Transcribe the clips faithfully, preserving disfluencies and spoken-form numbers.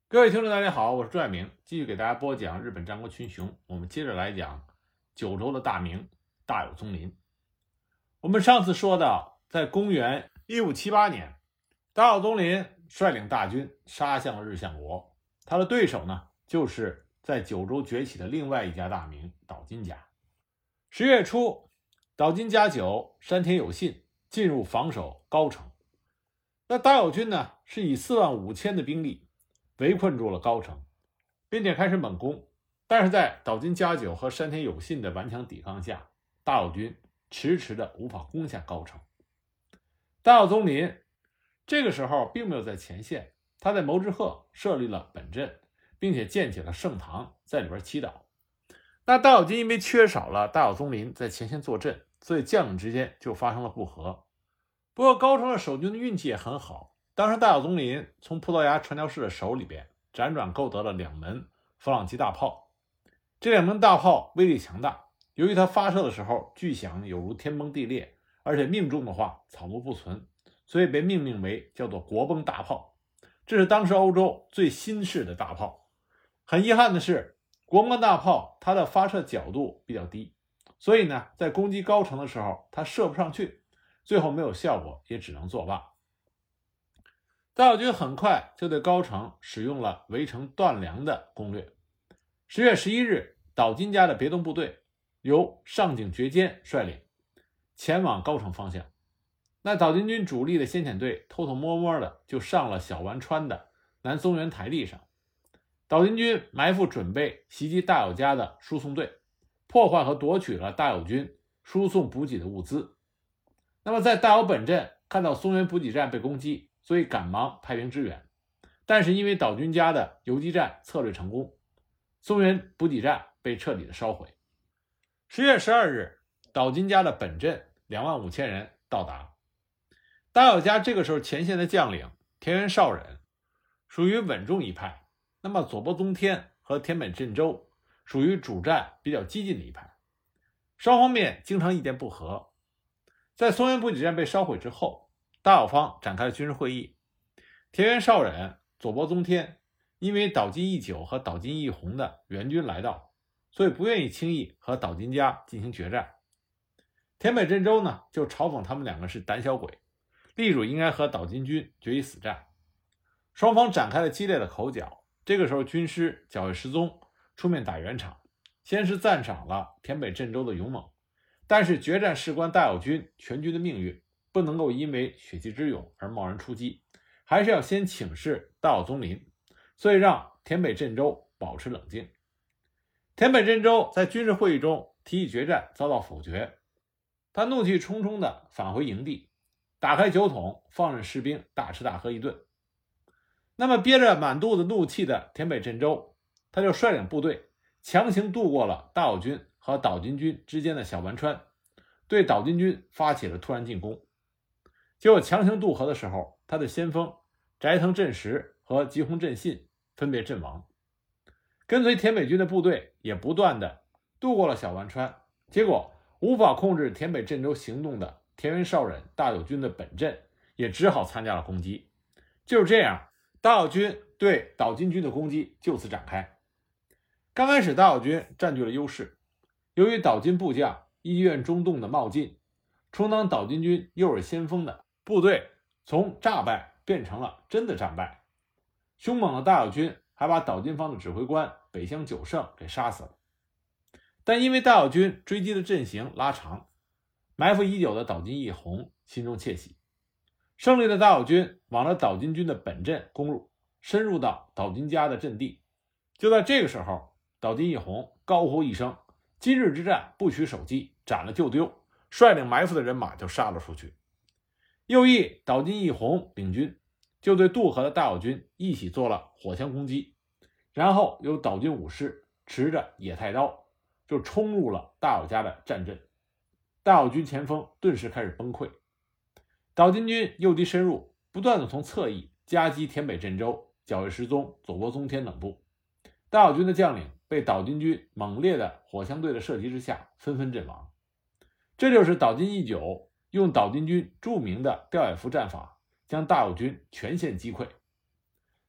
各位听众，大家好，我是朱爱明，继续给大家播讲日本战国群雄。我们接着来讲九州的大名大有宗麟。我们上次说到，在公元一五七八年，大有宗麟率领大军杀向了日向国，他的对手呢，就是在九州崛起的另外一家大名岛津家。十月初，岛津家久、山田有信进入防守高城。那大友军呢，是以四万五千的兵力围困住了高城，并且开始猛攻。但是在岛津家久和山田有信的顽强抵抗下，大友军迟迟的无法攻下高城。大友宗麟这个时候并没有在前线，他在谋之鹤设立了本阵，并且建起了圣堂，在里边祈祷。那大友军因为缺少了大友宗麟在前线坐镇，所以将领之间就发生了不和。不过高城的守军的运气也很好，当时大友宗麟从葡萄牙传教士的手里边辗转购得了两门弗朗机大炮。这两门大炮威力强大，由于它发射的时候巨响有如天崩地裂，而且命中的话草木不存，所以被命名为叫做国崩大炮。这是当时欧洲最新式的大炮。很遗憾的是，国崩大炮它的发射角度比较低，所以呢在攻击高城的时候它射不上去，最后没有效果，也只能作罢。大友军很快就对高城使用了围城断粮的攻略。十月十一日，岛津家的别动部队由上井觉坚率领前往高城方向。那岛津军主力的先遣队偷偷摸摸的就上了小丸川的南松原台地上。岛津军埋伏准备袭击大友家的输送队，破坏和夺取了大友军输送补给的物资。那么在大友本镇看到松原补给站被攻击，所以赶忙派兵支援。但是因为岛津家的游击战策略成功，松原补给站被彻底的烧毁。十月十二日，岛津家的本镇两万五千人到达。大友家这个时候前线的将领田原绍忍属于稳重一派，那么佐伯宗天和田本镇周属于主战比较激进的一派，双方面经常意见不合。在松原补给站被烧毁之后，大友方展开了军事会议。田原绍忍、佐伯宗天因为岛津义久和岛津义弘的援军来到，所以不愿意轻易和岛津家进行决战。田本镇周呢，就嘲讽他们两个是胆小鬼，力主应该和岛津军决一死战。双方展开了激烈的口角。这个时候军师角月十宗出面打圆场，先是赞赏了田本镇周的勇猛，但是决战事关大友军全军的命运，不能够因为血气之勇而贸然出击，还是要先请示大友宗麟，所以让田本镇周保持冷静。田本镇周在军事会议中提议决战，遭到否决。他怒气冲冲地返回营地，打开酒桶，放任士兵大吃大喝一顿。那么憋着满肚子怒气的田本镇周，他就率领部队强行渡过了大友军和岛津军之间的小丸川，对岛津军发起了突然进攻。结果强行渡河的时候，他的先锋斋藤正实和吉弘正信分别阵亡。跟随田北军的部队也不断的渡过了小丸川，结果无法控制田北镇周行动的田原绍忍大友军的本阵也只好参加了攻击。就是这样，大友军对岛津军的攻击就此展开。刚开始大友军占据了优势，由于岛津部将意愿中动的茂进充当岛津军诱饵先锋的部队，从诈败变成了真的战败。凶猛的大友军还把岛津方的指挥官北乡久胜给杀死了。但因为大友军追击的阵型拉长，埋伏已久的岛津义弘心中窃喜。胜利的大友军往了岛津军的本阵攻入，深入到岛津家的阵地。就在这个时候，岛津义弘高呼一声，今日之战不许手机，斩了就丢，率领埋伏的人马就杀了出去。右翼岛津义弘领军就对渡河的大友军一起做了火枪攻击，然后由岛津武士持着野太刀就冲入了大友家的战阵。大友军前锋顿时开始崩溃，岛津军诱敌深入，不断的从侧翼夹击田北镇周、角月十宗、佐伯宗天等部。大友军的将领被岛津军猛烈的火枪队的射击之下纷纷阵亡。这就是岛津义久用岛津军著名的吊眼符战法将大友军全线击溃。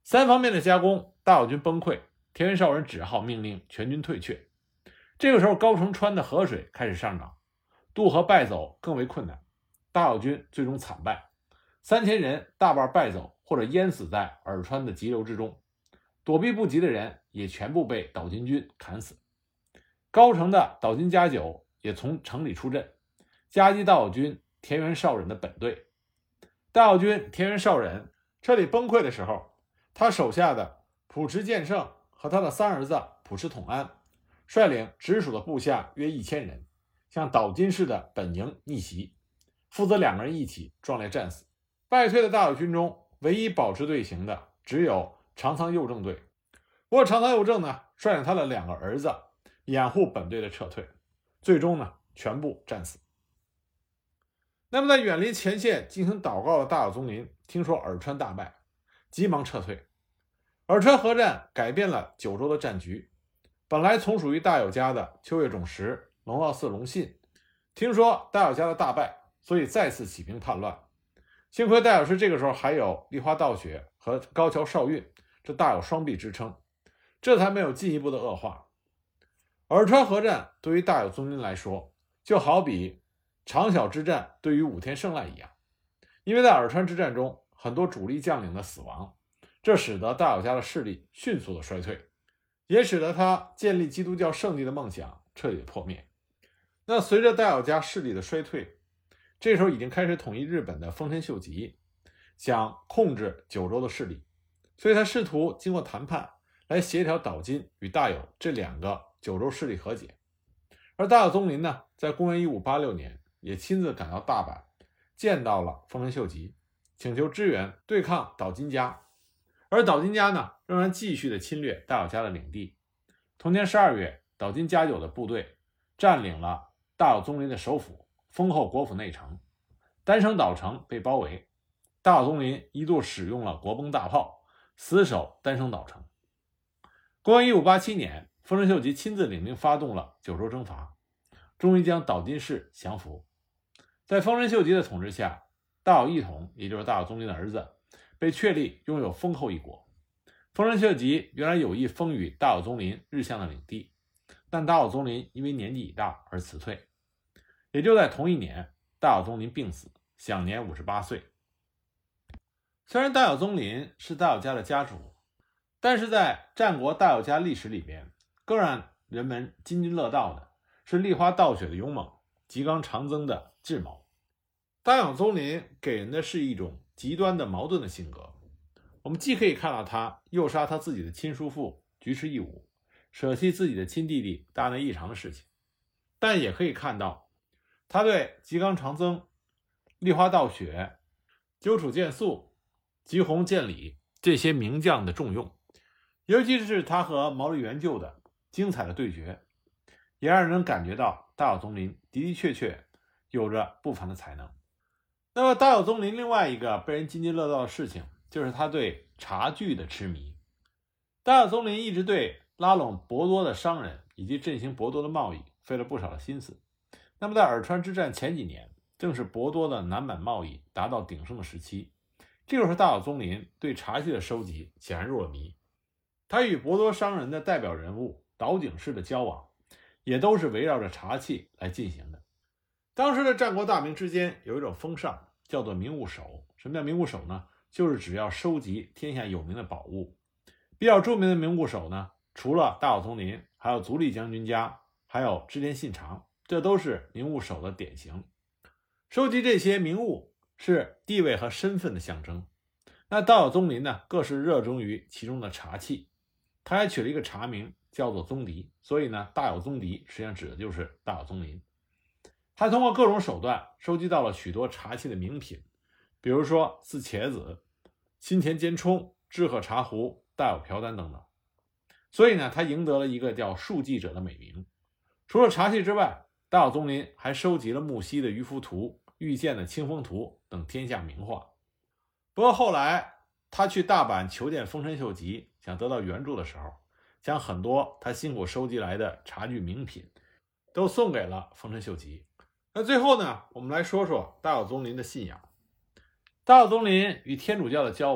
三方面的夹攻，大友军崩溃，田园绍人只好命令全军退却。这个时候，高城川的河水开始上涨，渡河败走更为困难，大友军最终惨败，三千人大半败走或者淹死在洱川的急流之中，躲避不及的人也全部被岛津军砍死。高城的岛津家久也从城里出阵，夹击大友军田园绍忍的本队。大友军田园绍忍彻底崩溃的时候，他手下的浦池建胜和他的三儿子浦池统安率领直属的部下约一千人，向岛津氏的本营逆袭，负责两个人一起壮烈战死。败退的大友军中，唯一保持队形的只有长仓右正队。不过长仓右正呢，率领他的两个儿子掩护本队的撤退，最终呢全部战死。那么在远离前线进行祷告的大友宗麟听说洱川大败，急忙撤退。洱川合战改变了九州的战局，本来从属于大友家的秋月种实、龙傲寺隆信听说大友家的大败，所以再次起兵叛乱。幸亏大友氏这个时候还有立花道雪和高桥少运这大有双臂支撑，这才没有进一步的恶化。洱川合战对于大友宗麟来说，就好比长筱之战对于武田胜赖一样，因为在洱川之战中很多主力将领的死亡，这使得大友家的势力迅速的衰退，也使得他建立基督教圣地的梦想彻底破灭。那随着大友家势力的衰退，这时候已经开始统一日本的丰臣秀吉想控制九州的势力，所以他试图经过谈判来协调岛津与大友这两个九州势力和解。而大友宗麟呢，在公元一五八六年也亲自赶到大阪，见到了丰臣秀吉，请求支援对抗岛津家。而岛津家呢，仍然继续的侵略大友家的领地。同年十二月，岛津家久的部队占领了大友宗麟的首府丰后国府内城，丹生岛城被包围。大友宗麟一度使用了国崩大炮，死守丹生岛城。公元一五八七年，丰臣秀吉亲自领兵发动了九州征伐，终于将岛津氏降服。在丰臣秀吉的统治下，大友义统，也就是大友宗麟的儿子，被确立拥有丰后一国。丰臣秀吉原来有意封予大友宗麟日向的领地，但大友宗麟因为年纪已大而辞退。也就在同一年，大友宗麟病死，享年五十八岁。虽然大友宗麟是大友家的家主，但是在战国大友家历史里边，更让人们津津乐道的是立花道雪的勇猛，吉冈长增的智谋。大友宗麟给人的是一种极端的矛盾的性格，我们既可以看到他诱杀他自己的亲叔父菊池义武，舍弃自己的亲弟弟大内义长的事情，但也可以看到他对吉冈长增、立花道雪、鸠处健肃、吉弘健礼这些名将的重用，尤其是他和毛利元就的精彩的对决，也让人感觉到大友宗麟的的确确有着不凡的才能。那么大友宗麟另外一个被人津津乐道的事情，就是他对茶具的痴迷。大友宗麟一直对拉拢博多的商人以及振兴博多的贸易费了不少的心思。那么在洱川之战前几年，正是博多的南满贸易达到鼎盛的时期，这个时候大友宗麟对茶器的收集显然入了迷。他与博多商人的代表人物岛井氏的交往，也都是围绕着茶器来进行的。当时的战国大名之间有一种风尚，叫做名物守。什么叫名物守呢？就是只要收集天下有名的宝物。比较著名的名物守呢，除了大友宗麟，还有足利将军家，还有织田信长，这都是名物守的典型。收集这些名物是地位和身份的象征。那大友宗麟呢，更是热衷于其中的茶器，他还取了一个茶名叫做宗迪，所以呢，大友宗迪实际上指的就是大友宗麟。他通过各种手段收集到了许多茶器的名品，比如说四茄子、新田兼冲、志贺茶壶、大友瓢箪等等。所以呢，他赢得了一个叫数记者的美名。除了茶器之外，大友宗麟还收集了木犀的渔夫图、玉见的清风图等天下名画。不过后来他去大阪求见丰臣秀吉，想得到援助的时候，将很多他辛苦收集来的茶具名品都送给了丰臣秀吉。那最后呢，我们来说说大友宗麟的信仰。大友宗麟与天主教的交往，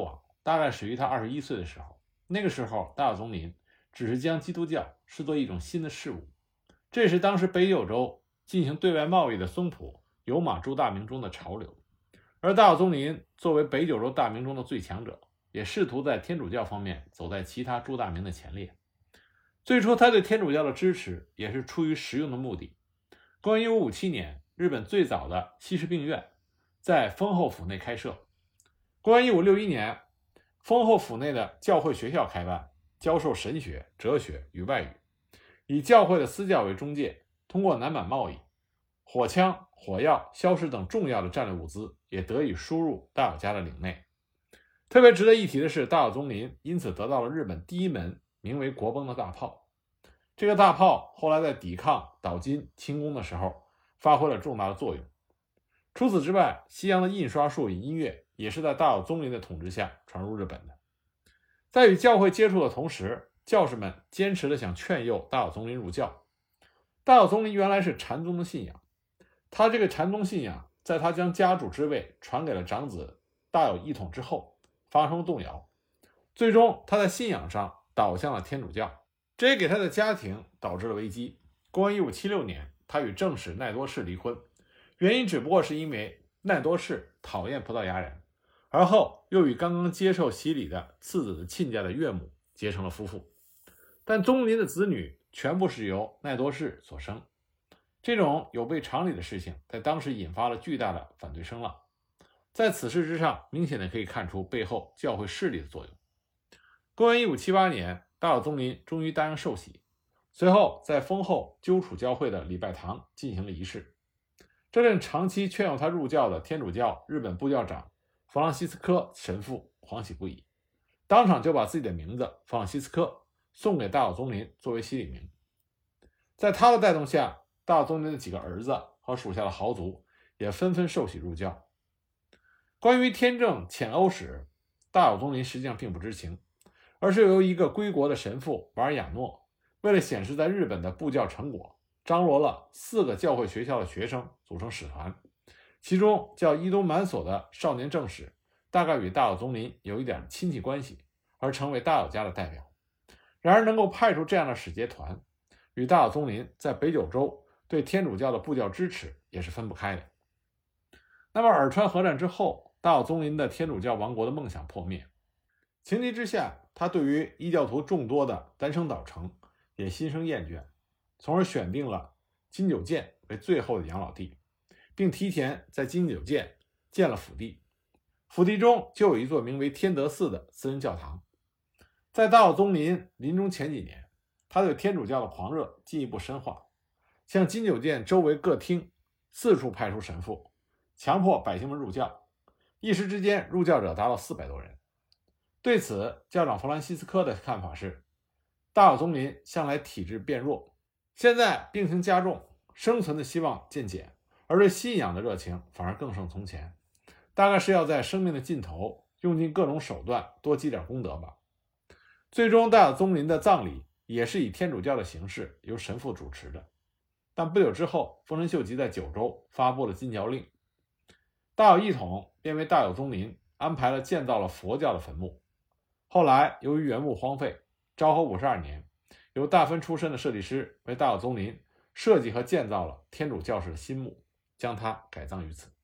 大概始于他二十一岁的时候。那个时候，大友宗麟只是将基督教视作一种新的事物，这也是当时北九州进行对外贸易的松浦有马诸大名中的潮流。而大友宗麟作为北九州大名中的最强者，也试图在天主教方面走在其他诸大名的前列。最初他对天主教的支持也是出于实用的目的。公元一五五七年，日本最早的西式病院在丰后府内开设。公元一五六一年，丰后府内的教会学校开办，教授神学、哲学与外语，以教会的私教为中介，通过南满贸易，火枪、火药、硝石等重要的战略物资也得以输入大友家的领内。特别值得一提的是，大友宗麟因此得到了日本第一门名为国崩的大炮。这个大炮后来在抵抗岛津清宫的时候发挥了重大的作用。除此之外，西洋的印刷术与音乐也是在大友宗麟的统治下传入日本的。在与教会接触的同时，教士们坚持地想劝诱大友宗麟入教。大友宗麟原来是禅宗的信仰，他这个禅宗信仰在他将家主之位传给了长子大友义统之后发生了动摇，最终他在信仰上倒向了天主教，这也给他的家庭导致了危机。公元一五七六年，他与正室奈多氏离婚，原因只不过是因为奈多氏讨厌葡萄牙人，而后又与刚刚接受洗礼的次子的亲家的岳母结成了夫妇。但宗麟的子女全部是由奈多氏所生，这种有悖常理的事情在当时引发了巨大的反对声浪。在此事之上，明显的可以看出背后教会势力的作用。公元一五七八年，大友宗麟终于答应受洗，随后在丰后鸠处教会的礼拜堂进行了仪式。这令长期劝诱他入教的天主教日本部教长弗朗西斯科神父欢喜不已，当场就把自己的名字弗朗西斯科送给大友宗麟作为洗礼名。在他的带动下，大友宗麟的几个儿子和属下的豪族也纷纷受洗入教。关于天正遣欧使，大友宗麟实际上并不知情，而是由一个归国的神父瓦尔亚诺为了显示在日本的布教成果，张罗了四个教会学校的学生组成使团，其中叫伊东满所的少年正使大概与大友宗麟有一点亲戚关系，而成为大友家的代表。然而能够派出这样的使节团，与大友宗麟在北九州对天主教的布教支持也是分不开的。那么洱川合战之后，大友宗麟的天主教王国的梦想破灭，情急之下，他对于异教徒众多的丹生岛城也心生厌倦，从而选定了金九剑为最后的养老地，并提前在金九剑建了府地。府地中就有一座名为天德寺的私人教堂。在大友宗麟临终前几年，他对天主教的狂热进一步深化，向金九剑周围各厅四处派出神父，强迫百姓们入教，一时之间入教者达到四百多人。对此，教长弗兰西斯科的看法是，大友宗麟向来体质变弱，现在病情加重，生存的希望渐减，而对信仰的热情反而更胜从前，大概是要在生命的尽头用尽各种手段多积点功德吧。最终大友宗麟的葬礼也是以天主教的形式由神父主持的，但不久之后丰臣秀吉在九州发布了禁教令，大友义统便为大友宗麟安排了建造了佛教的坟墓。后来由于原墓荒废，昭和五十二年，由大分出身的设计师为大友宗麟设计和建造了天主教式的新墓，将它改葬于此。